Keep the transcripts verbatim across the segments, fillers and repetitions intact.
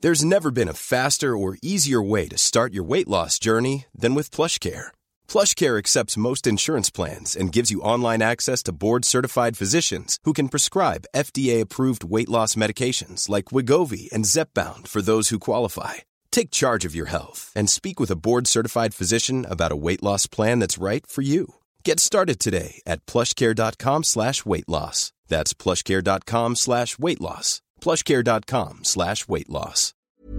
There's never been a faster or easier way to start your weight loss journey than with PlushCare. PlushCare accepts most insurance plans and gives you online access to board-certified physicians who can prescribe F D A-approved weight loss medications like Wegovy and Zepbound for those who qualify. Take charge of your health and speak with a board-certified physician about a weight loss plan that's right for you. Get started today at plushcare.com slash weight loss. That's plushcare.com slash weight loss. plushcare.com slash weight loss.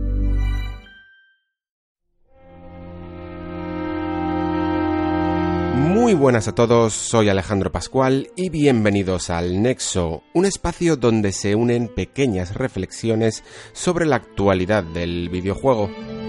Muy buenas a todos, soy Alejandro Pascual y bienvenidos al Nexo, un espacio donde se unen pequeñas reflexiones sobre la actualidad del videojuego.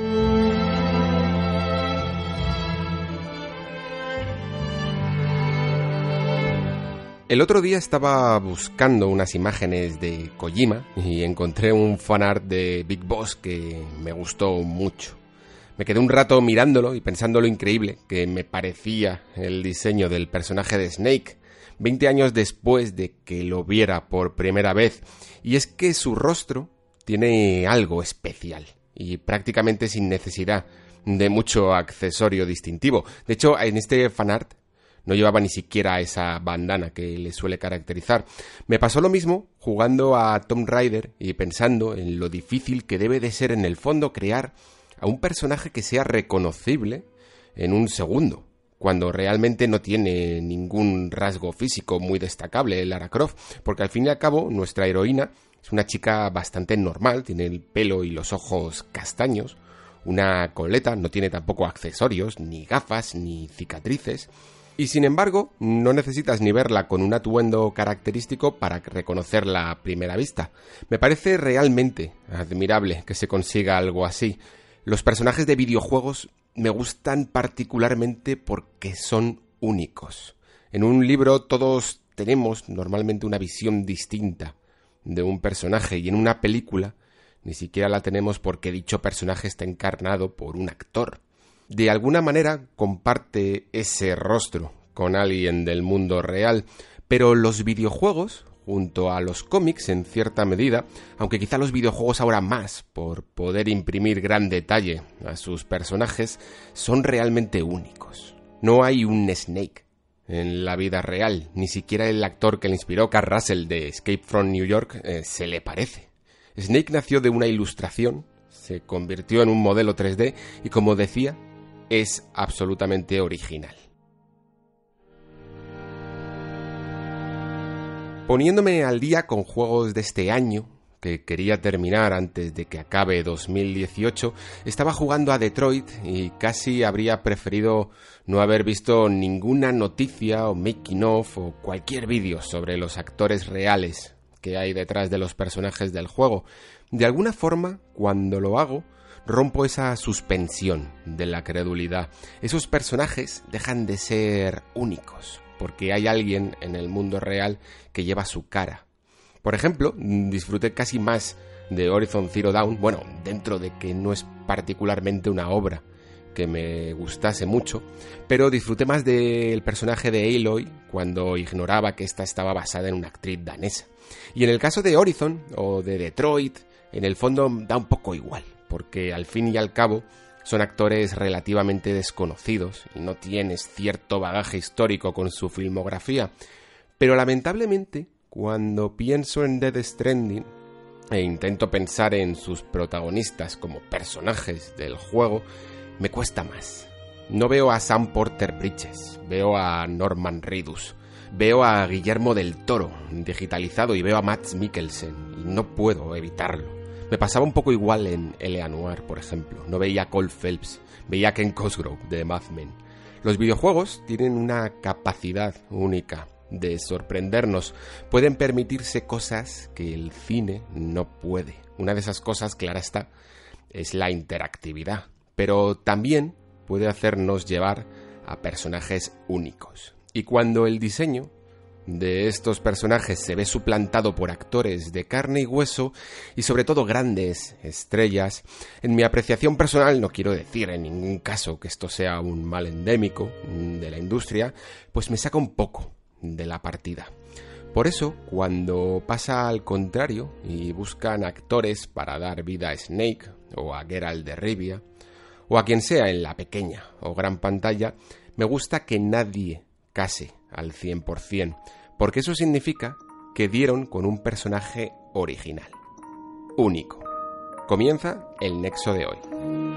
El otro día estaba buscando unas imágenes de Kojima y encontré un fanart de Big Boss que me gustó mucho. Me quedé un rato mirándolo y pensando lo increíble que me parecía el diseño del personaje de Snake, veinte años después de que lo viera por primera vez. Y es que su rostro tiene algo especial y prácticamente sin necesidad de mucho accesorio distintivo. De hecho, en este fanart no llevaba ni siquiera esa bandana que le suele caracterizar. Me pasó lo mismo jugando a Tomb Raider y pensando en lo difícil que debe de ser en el fondo crear a un personaje que sea reconocible en un segundo, cuando realmente no tiene ningún rasgo físico muy destacable Lara Croft, porque al fin y al cabo nuestra heroína es una chica bastante normal, tiene el pelo y los ojos castaños, una coleta, no tiene tampoco accesorios, ni gafas, ni cicatrices, y sin embargo no necesitas ni verla con un atuendo característico para reconocerla a primera vista. Me parece realmente admirable que se consiga algo así. Los personajes de videojuegos me gustan particularmente porque son únicos. En un libro todos tenemos normalmente una visión distinta de un personaje y en una película ni siquiera la tenemos porque dicho personaje está encarnado por un actor. De alguna manera comparte ese rostro con alguien del mundo real, pero los videojuegos, junto a los cómics en cierta medida, aunque quizá los videojuegos ahora más, por poder imprimir gran detalle a sus personajes, son realmente únicos. No hay un Snake en la vida real, ni siquiera el actor que le inspiró, Kurt Russell de Escape from New York, eh, se le parece. Snake nació de una ilustración, se convirtió en un modelo tres D y, como decía, es absolutamente original. Poniéndome al día con juegos de este año, que quería terminar antes de que acabe dos mil dieciocho, estaba jugando a Detroit y casi habría preferido no haber visto ninguna noticia o making of o cualquier vídeo sobre los actores reales que hay detrás de los personajes del juego. De alguna forma, cuando lo hago, rompo esa suspensión de la credulidad. Esos personajes dejan de ser únicos, porque hay alguien en el mundo real que lleva su cara. Por ejemplo, disfruté casi más de Horizon Zero Dawn, bueno, dentro de que no es particularmente una obra que me gustase mucho, pero disfruté más del personaje de Aloy cuando ignoraba que esta estaba basada en una actriz danesa. Y en el caso de Horizon o de Detroit, en el fondo da un poco igual, porque al fin y al cabo son actores relativamente desconocidos y no tienes cierto bagaje histórico con su filmografía. Pero lamentablemente, cuando pienso en Death Stranding e intento pensar en sus protagonistas como personajes del juego, me cuesta más. No veo a Sam Porter Bridges, veo a Norman Reedus, veo a Guillermo del Toro digitalizado y veo a Mads Mikkelsen y no puedo evitarlo. Me pasaba un poco igual en L A. Noire, por ejemplo. No veía a Cole Phelps, veía a Ken Cosgrove de Mad Men. Los videojuegos tienen una capacidad única de sorprendernos. Pueden permitirse cosas que el cine no puede. Una de esas cosas, clara está, es la interactividad. Pero también puede hacernos llevar a personajes únicos. Y cuando el diseño de estos personajes se ve suplantado por actores de carne y hueso y sobre todo grandes estrellas, en mi apreciación personal, no quiero decir en ningún caso que esto sea un mal endémico de la industria, pues me saca un poco de la partida. Por eso, cuando pasa al contrario y buscan actores para dar vida a Snake o a Geralt de Rivia, o a quien sea en la pequeña o gran pantalla, me gusta que nadie case al cien por ciento, porque eso significa que dieron con un personaje original, único. Comienza el nexo de hoy.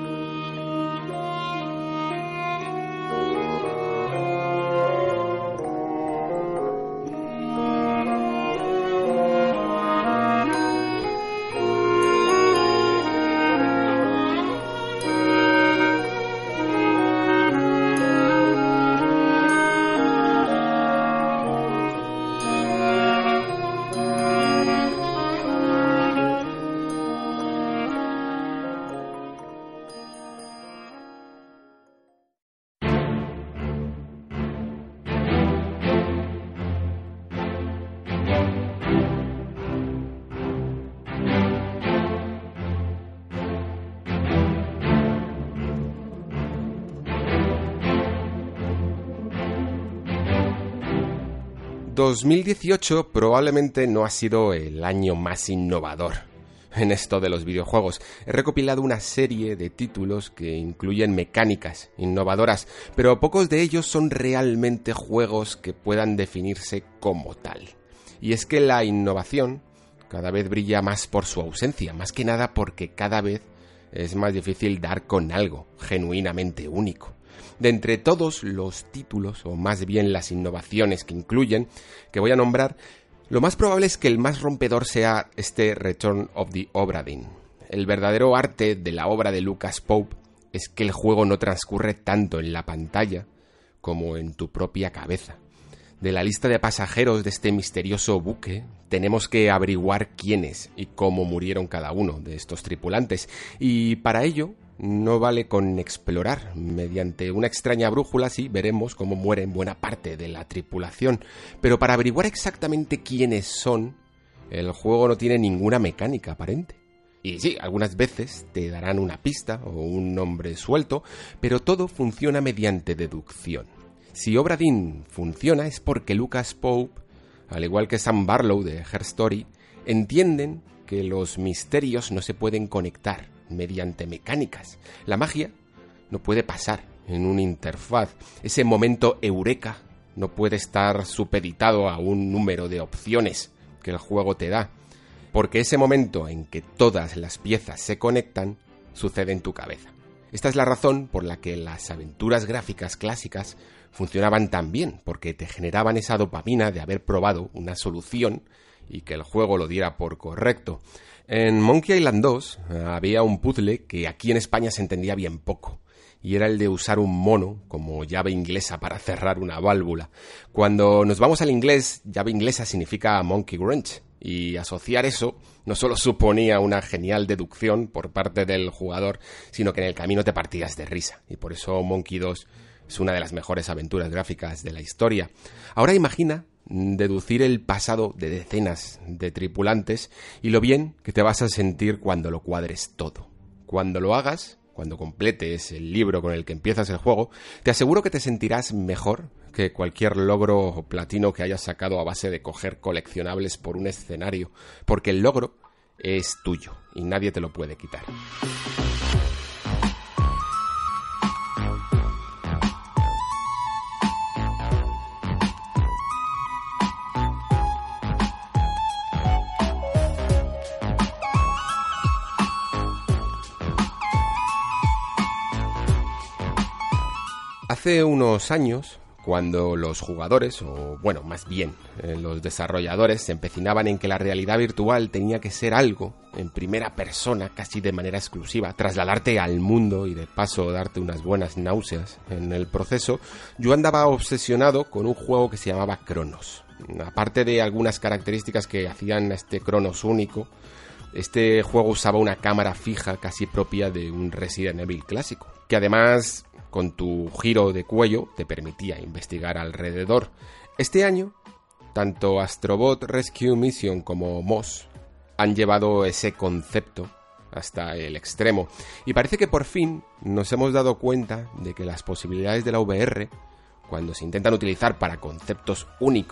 dos mil dieciocho probablemente no ha sido el año más innovador en esto de los videojuegos. He recopilado una serie de títulos que incluyen mecánicas innovadoras, pero pocos de ellos son realmente juegos que puedan definirse como tal. Y es que la innovación cada vez brilla más por su ausencia, más que nada porque cada vez es más difícil dar con algo genuinamente único. De entre todos los títulos, o más bien las innovaciones que incluyen, que voy a nombrar, lo más probable es que el más rompedor sea este Return of the Obra Dinn. El verdadero arte de la obra de Lucas Pope es que el juego no transcurre tanto en la pantalla como en tu propia cabeza. De la lista de pasajeros de este misterioso buque, tenemos que averiguar quiénes y cómo murieron cada uno de estos tripulantes, y para ello no vale con explorar. Mediante una extraña brújula sí veremos cómo mueren buena parte de la tripulación, pero para averiguar exactamente quiénes son, el juego no tiene ninguna mecánica aparente. Y sí, algunas veces te darán una pista o un nombre suelto, pero todo funciona mediante deducción. Si Obra Dinn funciona es porque Lucas Pope, al igual que Sam Barlow de Her Story, entienden que los misterios no se pueden conectar mediante mecánicas. La magia no puede pasar en una interfaz. Ese momento eureka no puede estar supeditado a un número de opciones que el juego te da, porque ese momento en que todas las piezas se conectan sucede en tu cabeza. Esta es la razón por la que las aventuras gráficas clásicas funcionaban tan bien, porque te generaban esa dopamina de haber probado una solución y que el juego lo diera por correcto. En Monkey Island dos había un puzzle que aquí en España se entendía bien poco, y era el de usar un mono como llave inglesa para cerrar una válvula. Cuando nos vamos al inglés, llave inglesa significa Monkey Wrench, y asociar eso no solo suponía una genial deducción por parte del jugador, sino que en el camino te partías de risa, y por eso Monkey dos es una de las mejores aventuras gráficas de la historia. Ahora imagina deducir el pasado de decenas de tripulantes y lo bien que te vas a sentir cuando lo cuadres todo. Cuando lo hagas, cuando completes el libro con el que empiezas el juego, te aseguro que te sentirás mejor que cualquier logro o platino que hayas sacado a base de coger coleccionables por un escenario, porque el logro es tuyo y nadie te lo puede quitar. Hace unos años, cuando los jugadores, o bueno, más bien eh, los desarrolladores, se empecinaban en que la realidad virtual tenía que ser algo en primera persona, casi de manera exclusiva, trasladarte al mundo y de paso darte unas buenas náuseas en el proceso, yo andaba obsesionado con un juego que se llamaba Chronos. Aparte de algunas características que hacían a este Chronos único, este juego usaba una cámara fija casi propia de un Resident Evil clásico, que además con tu giro de cuello te permitía investigar alrededor. Este año, tanto Astrobot Rescue Mission como Moss han llevado ese concepto hasta el extremo, y parece que por fin nos hemos dado cuenta de que las posibilidades de la V R, cuando se intentan utilizar para conceptos únicos,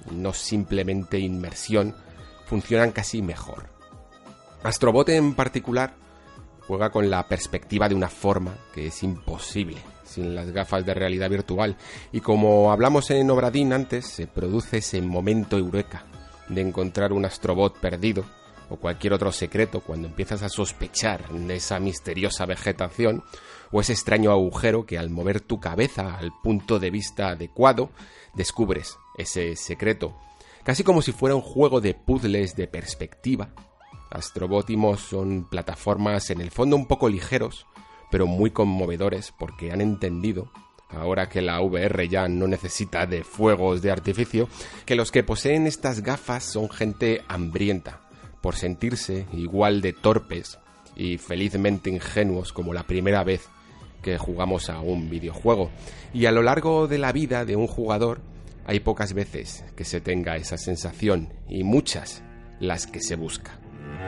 no simplemente inmersión, funcionan casi mejor. Astrobot en particular juega con la perspectiva de una forma que es imposible sin las gafas de realidad virtual, y como hablamos en Obradín antes, se produce ese momento eureka de encontrar un Astrobot perdido o cualquier otro secreto cuando empiezas a sospechar de esa misteriosa vegetación o ese extraño agujero que al mover tu cabeza al punto de vista adecuado descubres ese secreto. Casi como si fuera un juego de puzzles de perspectiva. Astrobot y Moss son plataformas en el fondo un poco ligeros, pero muy conmovedores porque han entendido, ahora que la V R ya no necesita de fuegos de artificio, que los que poseen estas gafas son gente hambrienta por sentirse igual de torpes y felizmente ingenuos como la primera vez que jugamos a un videojuego. Y a lo largo de la vida de un jugador hay pocas veces que se tenga esa sensación y muchas las que se busca.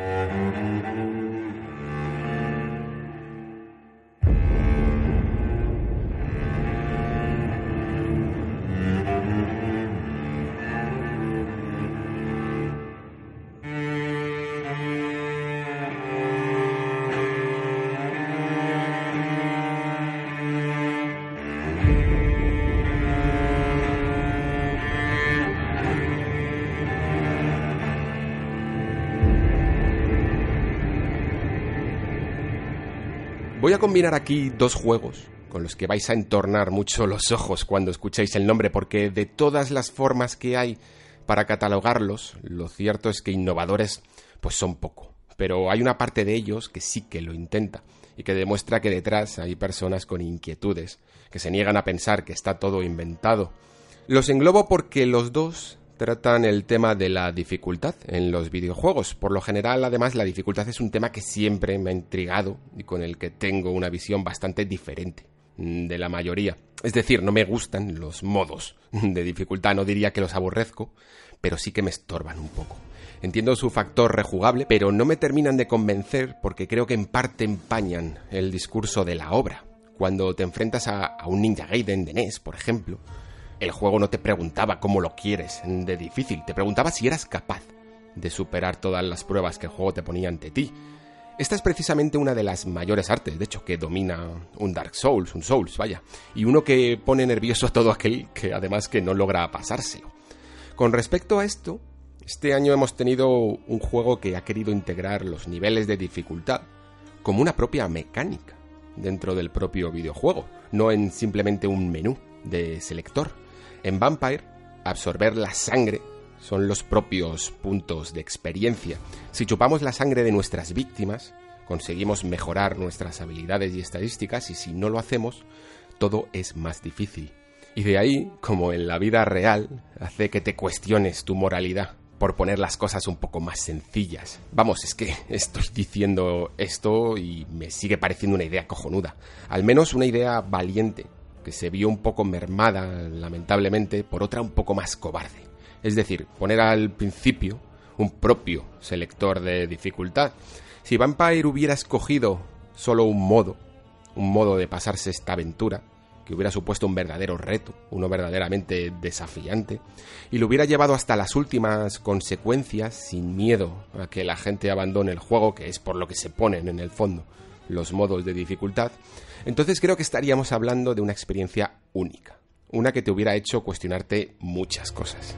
Voy a combinar aquí dos juegos con los que vais a entornar mucho los ojos cuando escuchéis el nombre, porque de todas las formas que hay para catalogarlos, lo cierto es que innovadores pues son poco. Pero hay una parte de ellos que sí que lo intenta y que demuestra que detrás hay personas con inquietudes, que se niegan a pensar que está todo inventado. Los englobo porque los dos tratan el tema de la dificultad en los videojuegos. Por lo general, además, la dificultad es un tema que siempre me ha intrigado y con el que tengo una visión bastante diferente de la mayoría. Es decir, no me gustan los modos de dificultad, no diría que los aborrezco, pero sí que me estorban un poco. Entiendo su factor rejugable, pero no me terminan de convencer porque creo que en parte empañan el discurso de la obra. Cuando te enfrentas a, a un Ninja Gaiden de N E S, por ejemplo, el juego no te preguntaba cómo lo quieres de difícil, te preguntaba si eras capaz de superar todas las pruebas que el juego te ponía ante ti. Esta es precisamente una de las mayores artes, de hecho, que domina un Dark Souls, un Souls, vaya, y uno que pone nervioso a todo aquel que además que no logra pasárselo. Con respecto a esto, este año hemos tenido un juego que ha querido integrar los niveles de dificultad como una propia mecánica dentro del propio videojuego, no en simplemente un menú de selector. En Vampire, absorber la sangre son los propios puntos de experiencia. Si chupamos la sangre de nuestras víctimas, conseguimos mejorar nuestras habilidades y estadísticas, y si no lo hacemos, todo es más difícil. Y de ahí, como en la vida real, hace que te cuestiones tu moralidad por poner las cosas un poco más sencillas. Vamos, es que estoy diciendo esto y me sigue pareciendo una idea cojonuda. Al menos una idea valiente, que se vio un poco mermada, lamentablemente, por otra un poco más cobarde. Es decir, poner al principio un propio selector de dificultad. Si Vampire hubiera escogido solo un modo, un modo de pasarse esta aventura, que hubiera supuesto un verdadero reto, uno verdaderamente desafiante, y lo hubiera llevado hasta las últimas consecuencias sin miedo a que la gente abandone el juego, que es por lo que se ponen en el fondo los modos de dificultad, entonces creo que estaríamos hablando de una experiencia única, una que te hubiera hecho cuestionarte muchas cosas.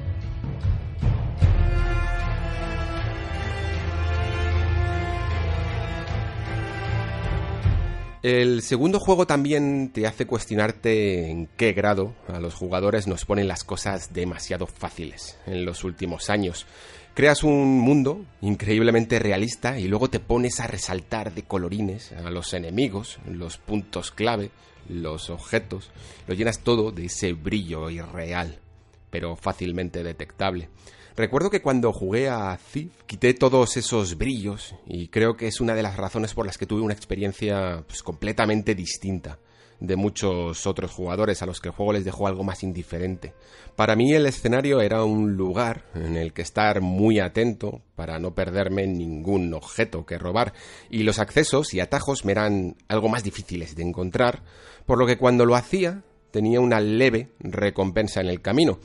El segundo juego también te hace cuestionarte en qué grado a los jugadores nos ponen las cosas demasiado fáciles en los últimos años. Creas un mundo increíblemente realista y luego te pones a resaltar de colorines a los enemigos, los puntos clave, los objetos. Lo llenas todo de ese brillo irreal, pero fácilmente detectable. Recuerdo que cuando jugué a Thief quité todos esos brillos y creo que es una de las razones por las que tuve una experiencia pues, completamente distinta de muchos otros jugadores a los que el juego les dejó algo más indiferente. Para mí el escenario era un lugar en el que estar muy atento para no perderme ningún objeto que robar, y los accesos y atajos me eran algo más difíciles de encontrar, por lo que cuando lo hacía tenía una leve recompensa en el camino.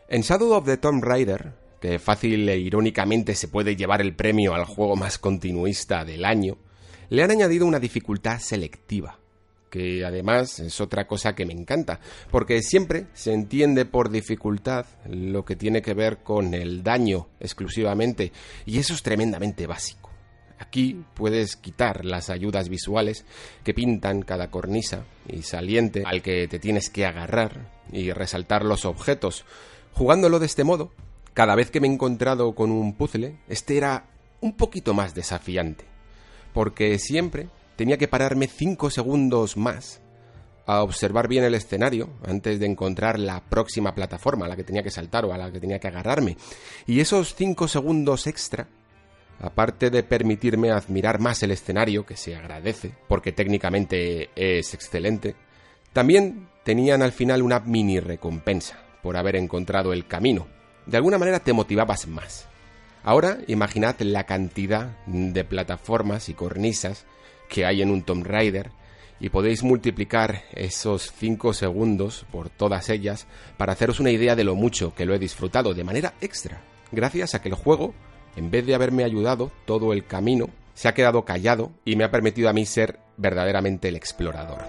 En Shadow of the Tomb Raider, que fácil e irónicamente se puede llevar el premio al juego más continuista del año, le han añadido una dificultad selectiva, que además es otra cosa que me encanta, porque siempre se entiende por dificultad lo que tiene que ver con el daño exclusivamente, y eso es tremendamente básico. Aquí puedes quitar las ayudas visuales que pintan cada cornisa y saliente al que te tienes que agarrar y resaltar los objetos. Jugándolo de este modo, cada vez que me he encontrado con un puzzle, este era un poquito más desafiante, porque siempre tenía que pararme cinco segundos más a observar bien el escenario antes de encontrar la próxima plataforma a la que tenía que saltar o a la que tenía que agarrarme. Y esos cinco segundos extra, aparte de permitirme admirar más el escenario, que se agradece, porque técnicamente es excelente, también tenían al final una mini recompensa por haber encontrado el camino. De alguna manera te motivabas más. Ahora imaginad la cantidad de plataformas y cornisas que hay en un Tomb Raider y podéis multiplicar esos cinco segundos por todas ellas para haceros una idea de lo mucho que lo he disfrutado de manera extra, gracias a que el juego, en vez de haberme ayudado todo el camino, se ha quedado callado y me ha permitido a mí ser verdaderamente el explorador.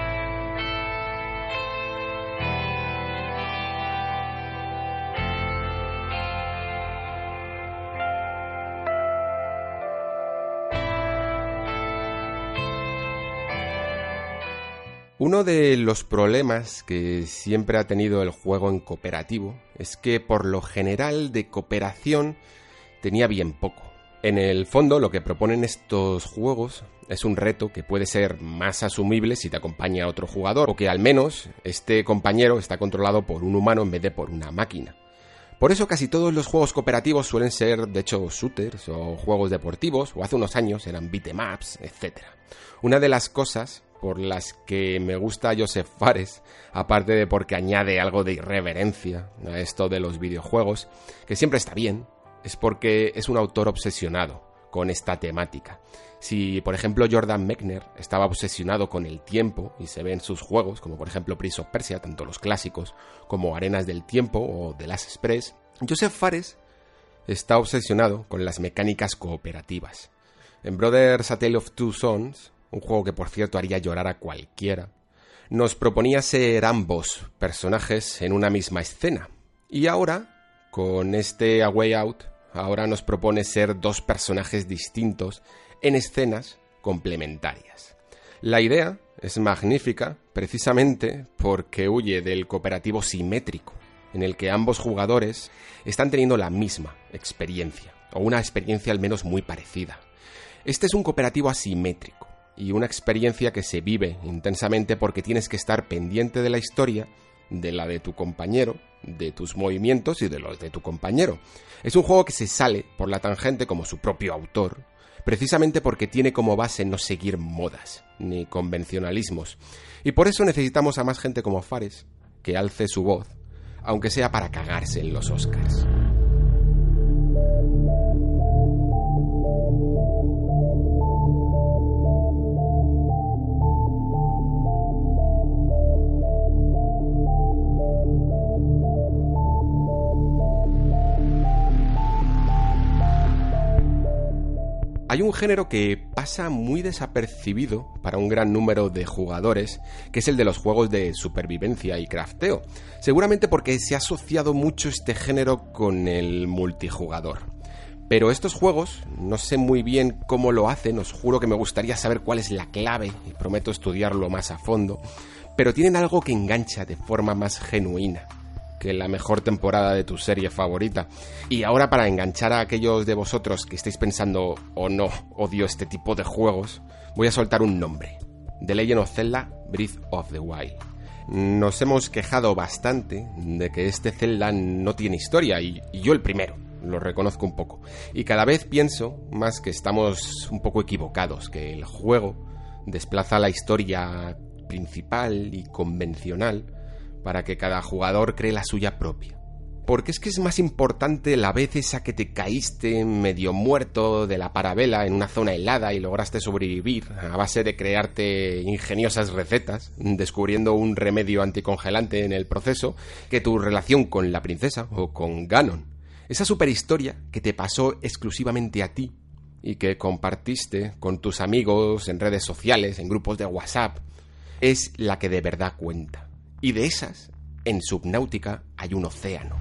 Uno de los problemas que siempre ha tenido el juego en cooperativo es que por lo general de cooperación tenía bien poco. En el fondo lo que proponen estos juegos es un reto que puede ser más asumible si te acompaña otro jugador, o que al menos este compañero está controlado por un humano en vez de por una máquina. Por eso casi todos los juegos cooperativos suelen ser de hecho shooters o juegos deportivos, o hace unos años eran beat'em-ups, etcétera. Una de las cosas por las que me gusta Joseph Fares, aparte de porque añade algo de irreverencia a esto de los videojuegos, que siempre está bien, es porque es un autor obsesionado con esta temática. Si, por ejemplo, Jordan Mechner estaba obsesionado con el tiempo, y se ve en sus juegos, como por ejemplo Prince of Persia, tanto los clásicos como Arenas del Tiempo o The Last Express, Joseph Fares está obsesionado con las mecánicas cooperativas. En Brothers: A Tale of Two Sons, un juego que por cierto haría llorar a cualquiera, nos proponía ser ambos personajes en una misma escena. Y ahora, con este A Way Out, ahora nos propone ser dos personajes distintos en escenas complementarias. La idea es magnífica precisamente porque huye del cooperativo simétrico, en el que ambos jugadores están teniendo la misma experiencia, o una experiencia al menos muy parecida. Este es un cooperativo asimétrico, y una experiencia que se vive intensamente porque tienes que estar pendiente de la historia, de la de tu compañero, de tus movimientos y de los de tu compañero. Es un juego que se sale por la tangente como su propio autor, precisamente porque tiene como base no seguir modas ni convencionalismos. Y por eso necesitamos a más gente como Fares, que alce su voz, aunque sea para cagarse en los Oscars. Hay un género que pasa muy desapercibido para un gran número de jugadores, que es el de los juegos de supervivencia y crafteo, seguramente porque se ha asociado mucho este género con el multijugador. Pero estos juegos, no sé muy bien cómo lo hacen, os juro que me gustaría saber cuál es la clave, y prometo estudiarlo más a fondo, pero tienen algo que engancha de forma más genuina que la mejor temporada de tu serie favorita. Y ahora, para enganchar a aquellos de vosotros que estéis pensando, oh no, odio este tipo de juegos, voy a soltar un nombre: The Legend of Zelda Breath of the Wild. Nos hemos quejado bastante de que este Zelda no tiene historia, y, y yo el primero, lo reconozco un poco. Y cada vez pienso más que estamos un poco equivocados, que el juego desplaza la historia principal y convencional para que cada jugador cree la suya propia. Porque es que es más importante la vez esa que te caíste medio muerto de la parabela en una zona helada y lograste sobrevivir a base de crearte ingeniosas recetas, descubriendo un remedio anticongelante en el proceso, que tu relación con la princesa o con Ganon. Esa superhistoria que te pasó exclusivamente a ti y que compartiste con tus amigos en redes sociales, en grupos de WhatsApp, es la que de verdad cuenta. Y de esas, en Subnautica hay un océano.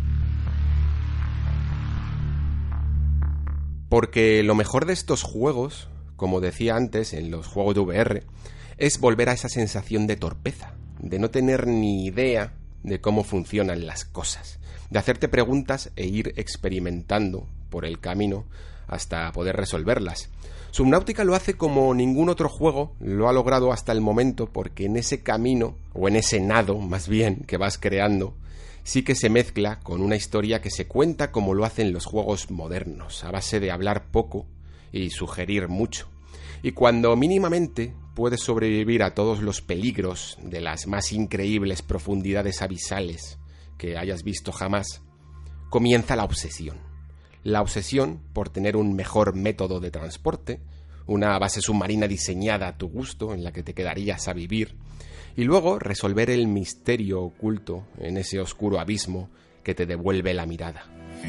Porque lo mejor de estos juegos, como decía antes, en los juegos de V R, es volver a esa sensación de torpeza, de no tener ni idea de cómo funcionan las cosas, de hacerte preguntas e ir experimentando por el camino hasta poder resolverlas. Subnautica lo hace como ningún otro juego lo ha logrado hasta el momento, porque en ese camino, o en ese nado más bien, que vas creando, sí que se mezcla con una historia que se cuenta como lo hacen los juegos modernos, a base de hablar poco y sugerir mucho. Y cuando mínimamente puedes sobrevivir a todos los peligros de las más increíbles profundidades abisales que hayas visto jamás, comienza la obsesión. La obsesión por tener un mejor método de transporte, una base submarina diseñada a tu gusto en la que te quedarías a vivir, y luego resolver el misterio oculto en ese oscuro abismo que te devuelve la mirada.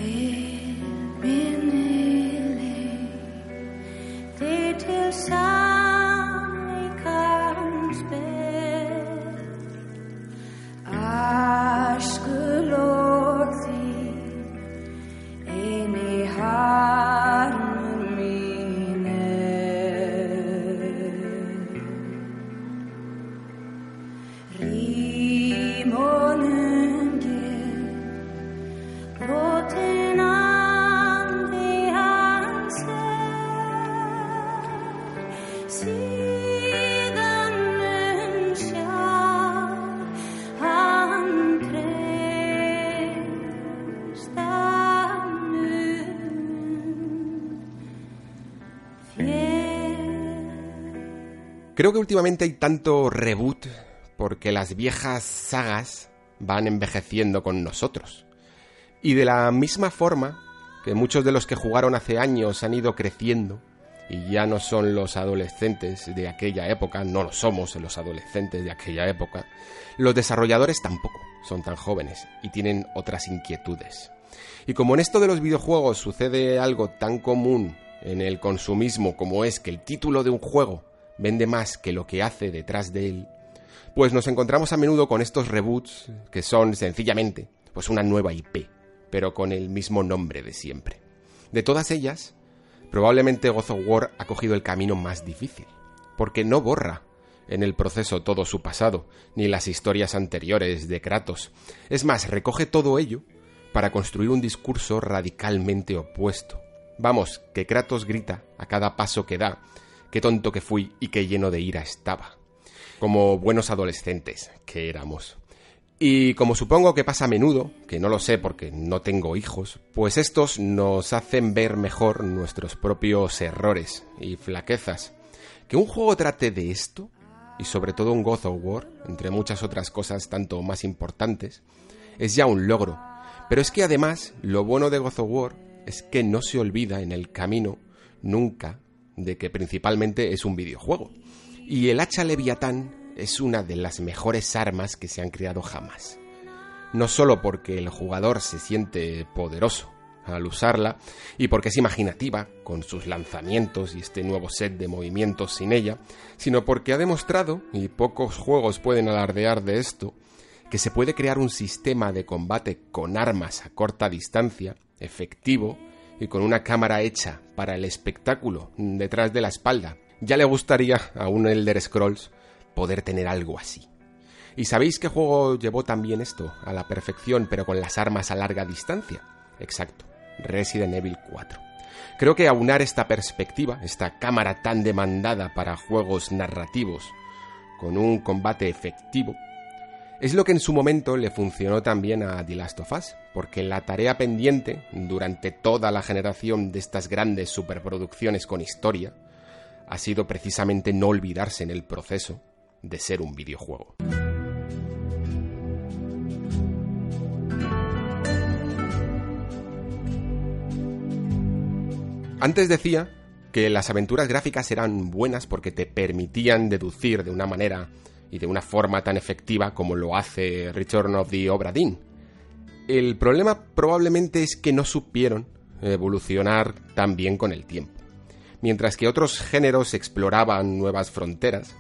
Creo que últimamente hay tanto reboot porque las viejas sagas van envejeciendo con nosotros. Y de la misma forma que muchos de los que jugaron hace años han ido creciendo y ya no son los adolescentes de aquella época, no lo somos los adolescentes de aquella época, los desarrolladores tampoco son tan jóvenes y tienen otras inquietudes. Y como en esto de los videojuegos sucede algo tan común en el consumismo como es que el título de un juego vende más que lo que hace detrás de él, pues nos encontramos a menudo con estos reboots que son sencillamente pues una nueva I P, pero con el mismo nombre de siempre. De todas ellas, probablemente God of War ha cogido el camino más difícil, porque no borra en el proceso todo su pasado, ni las historias anteriores de Kratos. Es más, recoge todo ello para construir un discurso radicalmente opuesto. Vamos, que Kratos grita a cada paso que da: qué tonto que fui y qué lleno de ira estaba. Como buenos adolescentes que éramos. Y como supongo que pasa a menudo, que no lo sé porque no tengo hijos, pues estos nos hacen ver mejor nuestros propios errores y flaquezas. Que un juego trate de esto, y sobre todo un God of War, entre muchas otras cosas tanto más importantes, es ya un logro. Pero es que además, lo bueno de God of War es que no se olvida en el camino nunca de que principalmente es un videojuego. Y el hacha Leviatán es una de las mejores armas que se han creado jamás. No solo porque el jugador se siente poderoso al usarla, y porque es imaginativa con sus lanzamientos y este nuevo set de movimientos sin ella, sino porque ha demostrado, y pocos juegos pueden alardear de esto, que se puede crear un sistema de combate con armas a corta distancia, efectivo, y con una cámara hecha para el espectáculo detrás de la espalda. Ya le gustaría a un Elder Scrolls poder tener algo así. ¿Y sabéis qué juego llevó también esto a la perfección, pero con las armas a larga distancia? Exacto, Resident Evil cuatro. Creo que aunar esta perspectiva, esta cámara tan demandada para juegos narrativos, con un combate efectivo, es lo que en su momento le funcionó también a The Last of Us, porque la tarea pendiente durante toda la generación de estas grandes superproducciones con historia ha sido precisamente no olvidarse en el proceso de ser un videojuego. Antes decía que las aventuras gráficas eran buenas porque te permitían deducir de una manera y de una forma tan efectiva como lo hace Return of the Obra Dinn. El problema probablemente es que no supieron evolucionar tan bien con el tiempo. Mientras que otros géneros exploraban nuevas fronteras,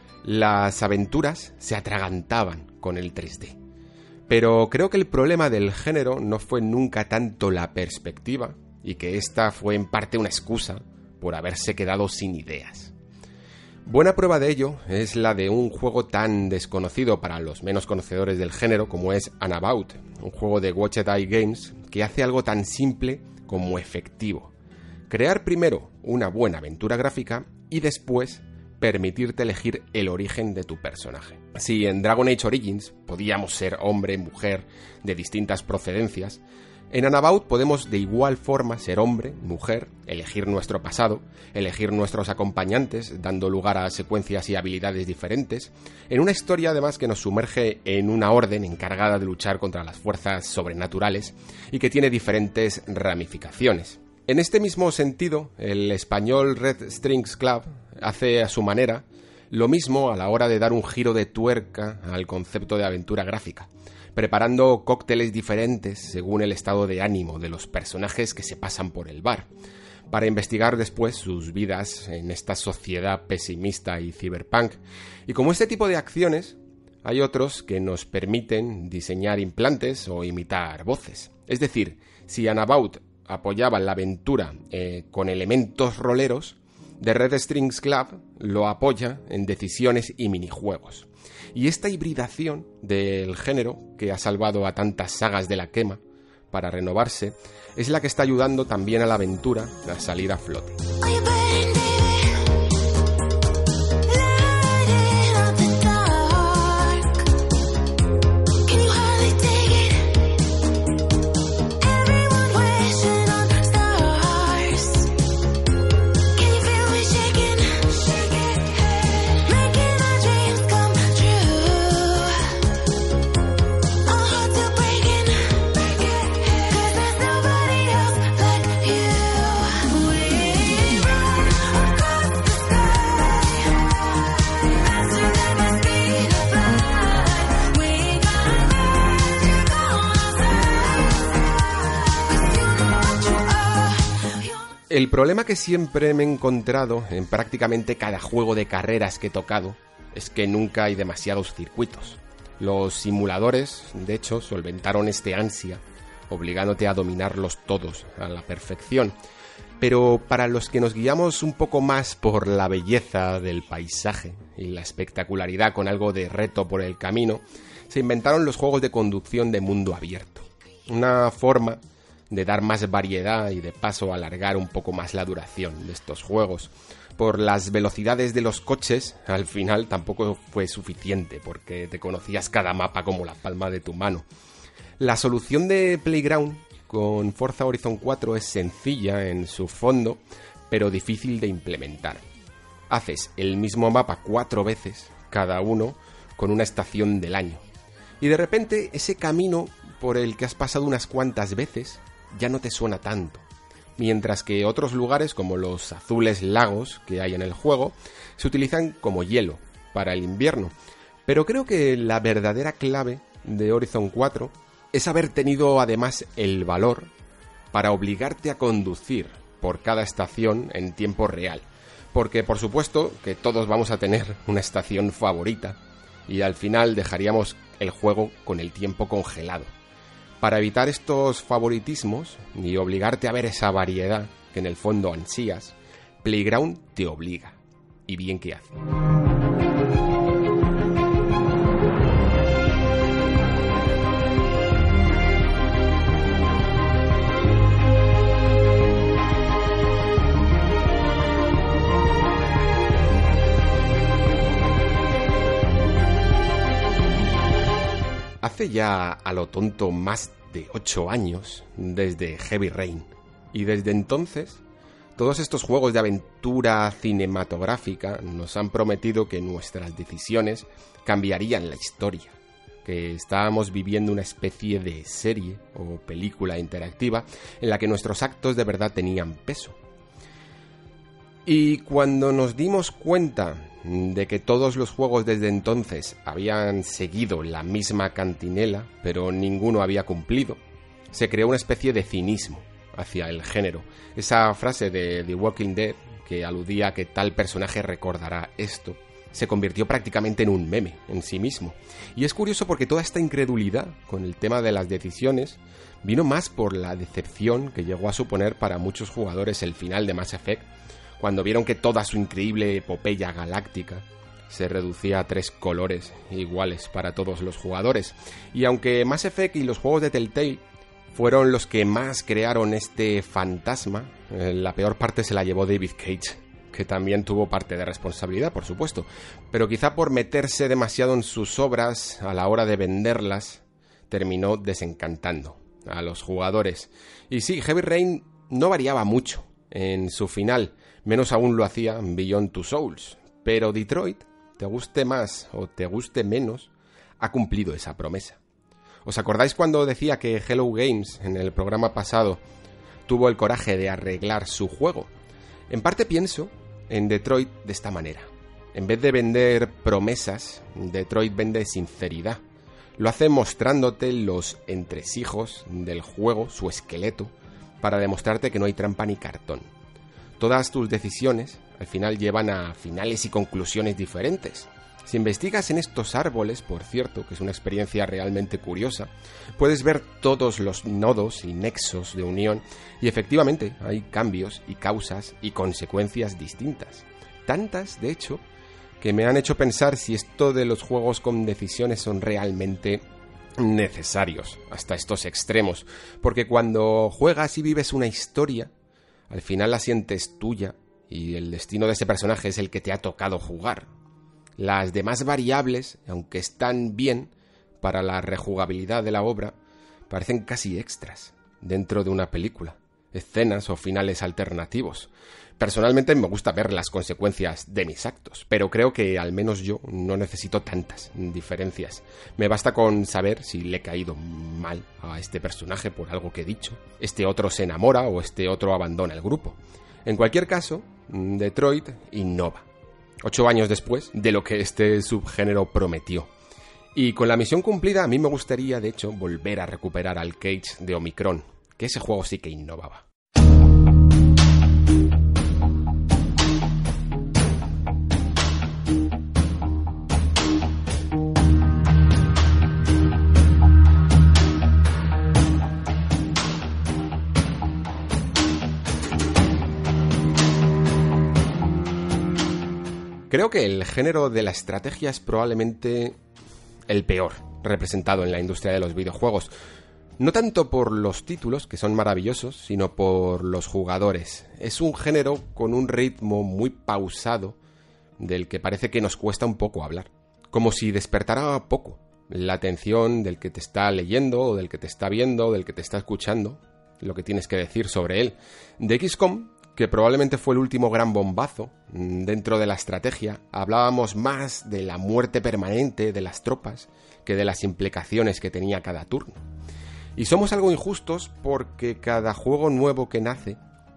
las aventuras se atragantaban con el tres D. Pero creo que el problema del género no fue nunca tanto la perspectiva, y que esta fue en parte una excusa por haberse quedado sin ideas. Buena prueba de ello es la de un juego tan desconocido para los menos conocedores del género como es Unbound, un juego de Watched Eye Games que hace algo tan simple como efectivo. Crear primero una buena aventura gráfica y después permitirte elegir el origen de tu personaje. Si en Dragon Age Origins podíamos ser hombre, mujer, de distintas procedencias, en Unbound podemos de igual forma ser hombre, mujer, elegir nuestro pasado, elegir nuestros acompañantes, dando lugar a secuencias y habilidades diferentes, en una historia además que nos sumerge en una orden encargada de luchar contra las fuerzas sobrenaturales y que tiene diferentes ramificaciones. En este mismo sentido, el español Red Strings Club hace a su manera lo mismo a la hora de dar un giro de tuerca al concepto de aventura gráfica, preparando cócteles diferentes según el estado de ánimo de los personajes que se pasan por el bar, para investigar después sus vidas en esta sociedad pesimista y cyberpunk. Y como este tipo de acciones, hay otros que nos permiten diseñar implantes o imitar voces. Es decir, si Unbound apoyaba la aventura eh, con elementos roleros, The Red Strings Club lo apoya en decisiones y minijuegos. Y esta hibridación del género, que ha salvado a tantas sagas de la quema para renovarse, es la que está ayudando también a la aventura a salir a flote. El problema que siempre me he encontrado en prácticamente cada juego de carreras que he tocado es que nunca hay demasiados circuitos. Los simuladores, de hecho, solventaron este ansia, obligándote a dominarlos todos a la perfección. Pero para los que nos guiamos un poco más por la belleza del paisaje y la espectacularidad con algo de reto por el camino, se inventaron los juegos de conducción de mundo abierto. Una forma de dar más variedad y de paso alargar un poco más la duración de estos juegos. Por las velocidades de los coches, al final tampoco fue suficiente, porque te conocías cada mapa como la palma de tu mano. La solución de Playground con Forza Horizon cuatro es sencilla en su fondo, pero difícil de implementar. Haces el mismo mapa cuatro veces, cada uno con una estación del año. Y de repente ese camino por el que has pasado unas cuantas veces ya no te suena tanto, mientras que otros lugares como los azules lagos que hay en el juego se utilizan como hielo para el invierno. Pero creo que la verdadera clave de Horizon cuatro es haber tenido además el valor para obligarte a conducir por cada estación en tiempo real, porque por supuesto que todos vamos a tener una estación favorita y al final dejaríamos el juego con el tiempo congelado. Para evitar estos favoritismos y obligarte a ver esa variedad que en el fondo ansías, Playground te obliga. Y bien que hace. Hace ya a lo tonto más de ocho años desde Heavy Rain, y desde entonces todos estos juegos de aventura cinematográfica nos han prometido que nuestras decisiones cambiarían la historia, que estábamos viviendo una especie de serie o película interactiva en la que nuestros actos de verdad tenían peso. Y cuando nos dimos cuenta de que todos los juegos desde entonces habían seguido la misma cantinela, pero ninguno había cumplido, se creó una especie de cinismo hacia el género. Esa frase de The Walking Dead, que aludía a que tal personaje recordará esto, se convirtió prácticamente en un meme en sí mismo. Y es curioso porque toda esta incredulidad con el tema de las decisiones vino más por la decepción que llegó a suponer para muchos jugadores el final de Mass Effect, cuando vieron que toda su increíble epopeya galáctica se reducía a tres colores iguales para todos los jugadores. Y aunque Mass Effect y los juegos de Telltale fueron los que más crearon este fantasma, eh, la peor parte se la llevó David Cage, que también tuvo parte de responsabilidad, por supuesto, pero quizá por meterse demasiado en sus obras a la hora de venderlas, terminó desencantando a los jugadores. Y sí, Heavy Rain no variaba mucho en su final, menos aún lo hacía Beyond Two Souls, pero Detroit, te guste más o te guste menos, ha cumplido esa promesa. ¿Os acordáis cuando decía que Hello Games en el programa pasado tuvo el coraje de arreglar su juego? En parte pienso en Detroit de esta manera. En vez de vender promesas, Detroit vende sinceridad. Lo hace mostrándote los entresijos del juego, su esqueleto, para demostrarte que no hay trampa ni cartón. Todas tus decisiones al final llevan a finales y conclusiones diferentes. Si investigas en estos árboles, por cierto, que es una experiencia realmente curiosa, puedes ver todos los nodos y nexos de unión y efectivamente hay cambios y causas y consecuencias distintas. Tantas, de hecho, que me han hecho pensar si esto de los juegos con decisiones son realmente necesarios hasta estos extremos, porque cuando juegas y vives una historia, al final la sientes tuya y el destino de ese personaje es el que te ha tocado jugar. Las demás variables, aunque están bien para la rejugabilidad de la obra, parecen casi extras dentro de una película, escenas o finales alternativos. Personalmente me gusta ver las consecuencias de mis actos, pero creo que al menos yo no necesito tantas diferencias. Me basta con saber si le he caído mal a este personaje por algo que he dicho, este otro se enamora o este otro abandona el grupo. En cualquier caso, Detroit innova. Ocho años después de lo que este subgénero prometió. Y con la misión cumplida, a mí me gustaría, de hecho, volver a recuperar al Cage de Omicron, que ese juego sí que innovaba. Creo que el género de la estrategia es probablemente el peor representado en la industria de los videojuegos. No tanto por los títulos, que son maravillosos, sino por los jugadores. Es un género con un ritmo muy pausado, del que parece que nos cuesta un poco hablar. Como si despertara poco la atención del que te está leyendo, o del que te está viendo, o del que te está escuchando, lo que tienes que decir sobre él. De X COM, que probablemente fue el último gran bombazo dentro de la estrategia, hablábamos más de la muerte permanente de las tropas que de las implicaciones que tenía cada turno. Y somos algo injustos porque cada juego nuevo que nace,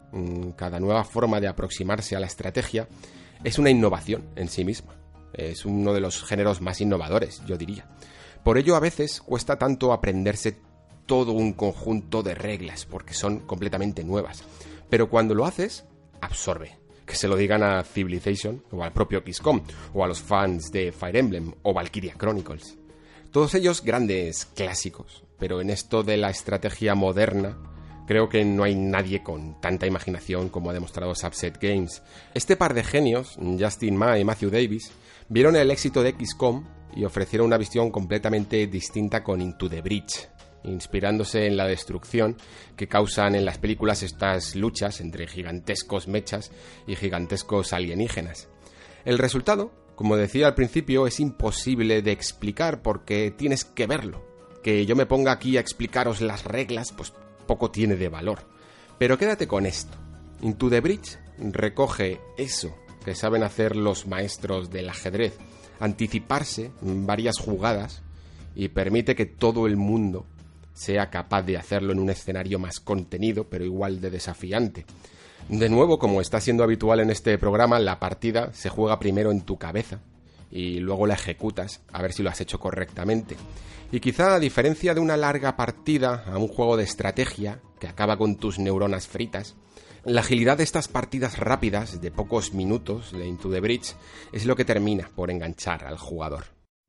cada nueva forma de aproximarse a la estrategia, es una innovación en sí misma. Es uno de los géneros más innovadores, yo diría. Por ello a veces cuesta tanto aprenderse todo un conjunto de reglas porque son completamente nuevas. Pero cuando lo haces, absorbe. Que se lo digan a Civilization, o al propio X COM, o a los fans de Fire Emblem, o Valkyria Chronicles. Todos ellos grandes clásicos, pero en esto de la estrategia moderna, creo que no hay nadie con tanta imaginación como ha demostrado Subset Games. Este par de genios, Justin Ma y Matthew Davis, vieron el éxito de X COM y ofrecieron una visión completamente distinta con Into the Breach, inspirándose en la destrucción que causan en las películas estas luchas entre gigantescos mechas y gigantescos alienígenas. El resultado, como decía al principio, es imposible de explicar porque tienes que verlo. Que yo me ponga aquí a explicaros las reglas, pues poco tiene de valor. Pero quédate con esto. Into the Breach recoge eso que saben hacer los maestros del ajedrez, anticiparse en varias jugadas y permite que todo el mundo sea capaz de hacerlo en un escenario más contenido, pero igual de desafiante. De nuevo, como está siendo habitual en este programa, la partida se juega primero en tu cabeza y luego la ejecutas a ver si lo has hecho correctamente. Y quizá a diferencia de una larga partida a un juego de estrategia que acaba con tus neuronas fritas, la agilidad de estas partidas rápidas de pocos minutos de Into the Breach es lo que termina por enganchar al jugador.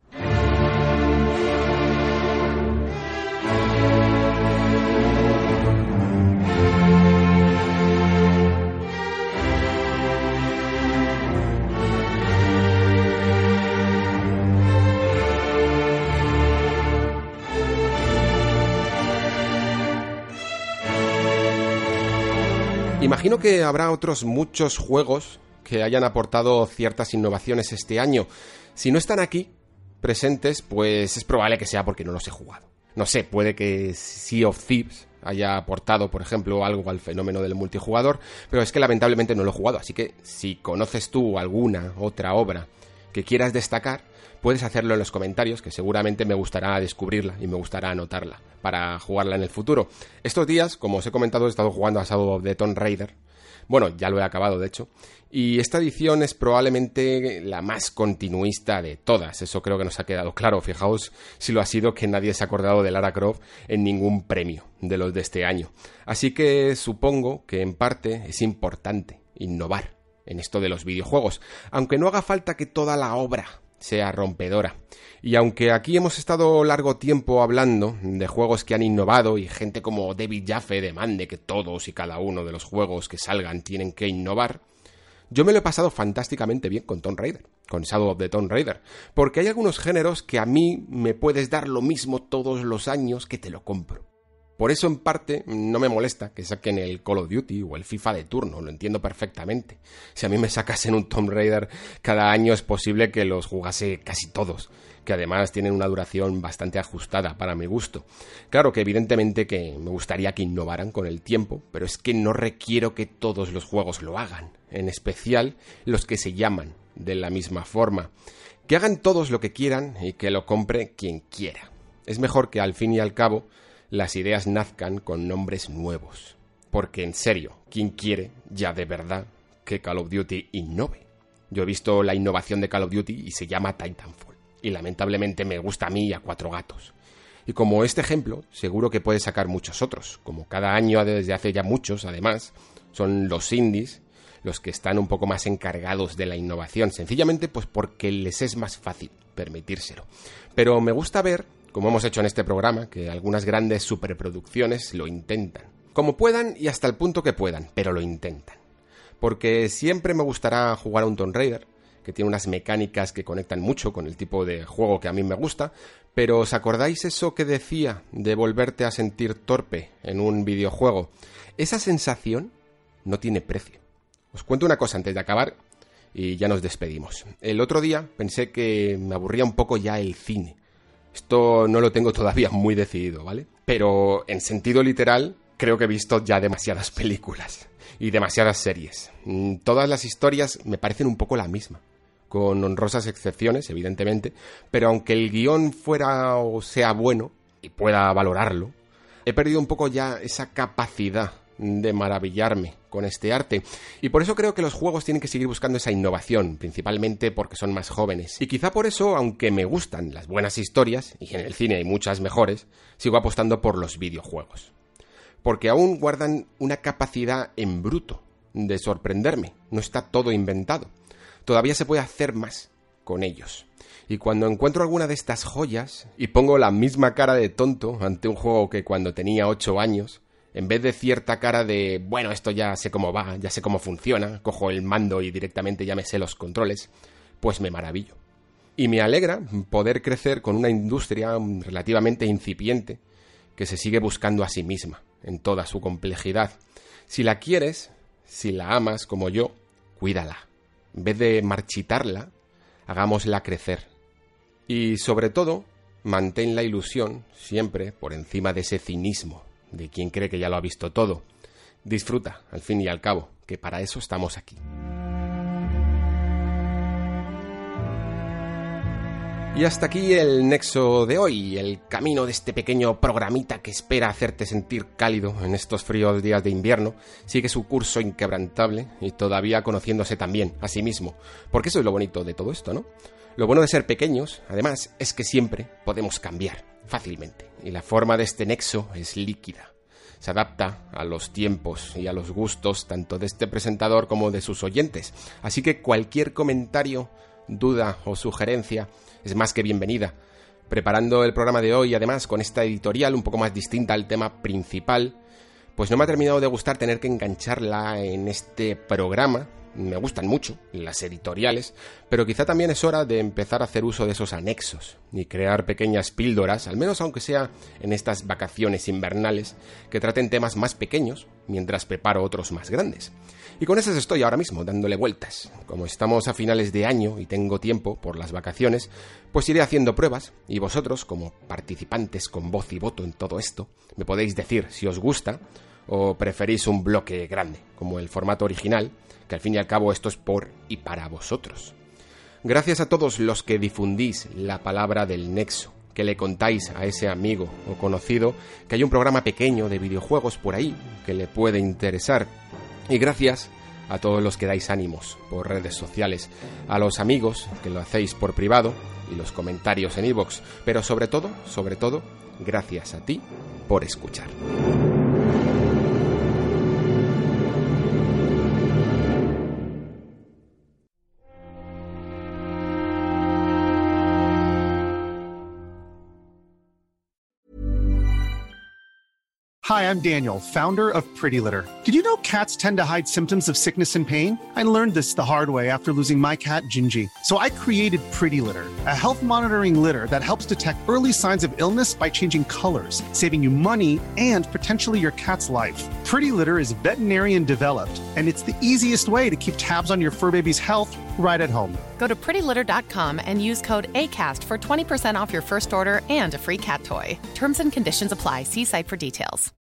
Imagino que habrá otros muchos juegos que hayan aportado ciertas innovaciones este año. Si no están aquí presentes, pues es probable que sea porque no los he jugado. No sé, puede que Sea of Thieves haya aportado, por ejemplo, algo al fenómeno del multijugador, pero es que lamentablemente no lo he jugado, así que si conoces tú alguna otra obra que quieras destacar, puedes hacerlo en los comentarios, que seguramente me gustará descubrirla y me gustará anotarla para jugarla en el futuro. Estos días, como os he comentado, he estado jugando a Shadow of the Tomb Raider. Bueno, ya lo he acabado, de hecho. Y esta edición es probablemente la más continuista de todas. Eso creo que nos ha quedado claro. Fijaos si lo ha sido que nadie se ha acordado de Lara Croft en ningún premio de los de este año. Así que supongo que en parte es importante innovar en esto de los videojuegos, aunque no haga falta que toda la obra sea rompedora. Y aunque aquí hemos estado largo tiempo hablando de juegos que han innovado y gente como David Jaffe demande que todos y cada uno de los juegos que salgan tienen que innovar, yo me lo he pasado fantásticamente bien con Tomb Raider, con Shadow of the Tomb Raider, porque hay algunos géneros que a mí me puedes dar lo mismo todos los años que te lo compro. Por eso, en parte, no me molesta que saquen el Call of Duty o el FIFA de turno, lo entiendo perfectamente. Si a mí me sacasen un Tomb Raider cada año, es posible que los jugase casi todos, que además tienen una duración bastante ajustada para mi gusto. Claro que evidentemente que me gustaría que innovaran con el tiempo, pero es que no requiero que todos los juegos lo hagan, en especial los que se llaman de la misma forma. Que hagan todos lo que quieran y que lo compre quien quiera. Es mejor que al fin y al cabo las ideas nazcan con nombres nuevos. Porque en serio, ¿quién quiere ya de verdad que Call of Duty innove? Yo he visto la innovación de Call of Duty y se llama Titanfall. Y lamentablemente me gusta a mí y a cuatro gatos. Y como este ejemplo, seguro que puede sacar muchos otros. Como cada año desde hace ya muchos, además, son los indies los que están un poco más encargados de la innovación. Sencillamente pues porque les es más fácil permitírselo. Pero me gusta ver, como hemos hecho en este programa, que algunas grandes superproducciones lo intentan. Como puedan y hasta el punto que puedan, pero lo intentan. Porque siempre me gustará jugar a un Tomb Raider, que tiene unas mecánicas que conectan mucho con el tipo de juego que a mí me gusta, pero ¿os acordáis eso que decía de volverte a sentir torpe en un videojuego? Esa sensación no tiene precio. Os cuento una cosa antes de acabar y ya nos despedimos. El otro día pensé que me aburría un poco ya el cine. Esto no lo tengo todavía muy decidido, ¿vale? Pero en sentido literal, creo que he visto ya demasiadas películas y demasiadas series. Todas las historias me parecen un poco la misma, con honrosas excepciones, evidentemente, pero aunque el guión fuera o sea bueno y pueda valorarlo, he perdido un poco ya esa capacidad de maravillarme con este arte, y por eso creo que los juegos tienen que seguir buscando esa innovación, principalmente porque son más jóvenes, y quizá por eso, aunque me gustan las buenas historias, y en el cine hay muchas mejores, sigo apostando por los videojuegos, porque aún guardan una capacidad en bruto de sorprenderme, no está todo inventado, todavía se puede hacer más con ellos. Y cuando encuentro alguna de estas joyas y pongo la misma cara de tonto ante un juego que cuando tenía ocho años, en vez de cierta cara de, bueno, esto ya sé cómo va, ya sé cómo funciona, cojo el mando y directamente ya me sé los controles, pues me maravillo. Y me alegra poder crecer con una industria relativamente incipiente que se sigue buscando a sí misma, en toda su complejidad. Si la quieres, si la amas como yo, cuídala. En vez de marchitarla, hagámosla crecer. Y sobre todo, mantén la ilusión siempre por encima de ese cinismo de quien cree que ya lo ha visto todo. Disfruta, al fin y al cabo, que para eso estamos aquí. Y hasta aquí el nexo de hoy, el camino de este pequeño programita que espera hacerte sentir cálido en estos fríos días de invierno. Sigue su curso inquebrantable y todavía conociéndose también a sí mismo, porque eso es lo bonito de todo esto, ¿no? Lo bueno de ser pequeños, además, es que siempre podemos cambiar fácilmente, y la forma de este nexo es líquida. Se adapta a los tiempos y a los gustos tanto de este presentador como de sus oyentes, así que cualquier comentario, duda o sugerencia es más que bienvenida. Preparando el programa de hoy, además, con esta editorial un poco más distinta al tema principal, pues no me ha terminado de gustar tener que engancharla en este programa. Me gustan mucho las editoriales, pero quizá también es hora de empezar a hacer uso de esos anexos y crear pequeñas píldoras, al menos aunque sea en estas vacaciones invernales, que traten temas más pequeños mientras preparo otros más grandes. Y con esas estoy ahora mismo, dándole vueltas. Como estamos a finales de año y tengo tiempo por las vacaciones, pues iré haciendo pruebas y vosotros, como participantes con voz y voto en todo esto, me podéis decir si os gusta o preferís un bloque grande, como el formato original, que al fin y al cabo esto es por y para vosotros. Gracias a todos los que difundís la palabra del nexo, que le contáis a ese amigo o conocido que hay un programa pequeño de videojuegos por ahí que le puede interesar. Y gracias a todos los que dais ánimos por redes sociales, a los amigos que lo hacéis por privado y los comentarios en iVoox, pero sobre todo, sobre todo, gracias a ti por escuchar. Hi, I'm Daniel, founder of Pretty Litter. Did you know cats tend to hide symptoms of sickness and pain? I learned this the hard way after losing my cat, Gingy. So I created Pretty Litter, a health monitoring litter that helps detect early signs of illness by changing colors, saving you money and potentially your cat's life. Pretty Litter is veterinarian developed, and it's the easiest way to keep tabs on your fur baby's health right at home. Go to pretty litter dot com and use code ACAST for twenty percent off your first order and a free cat toy. Terms and conditions apply. See site for details.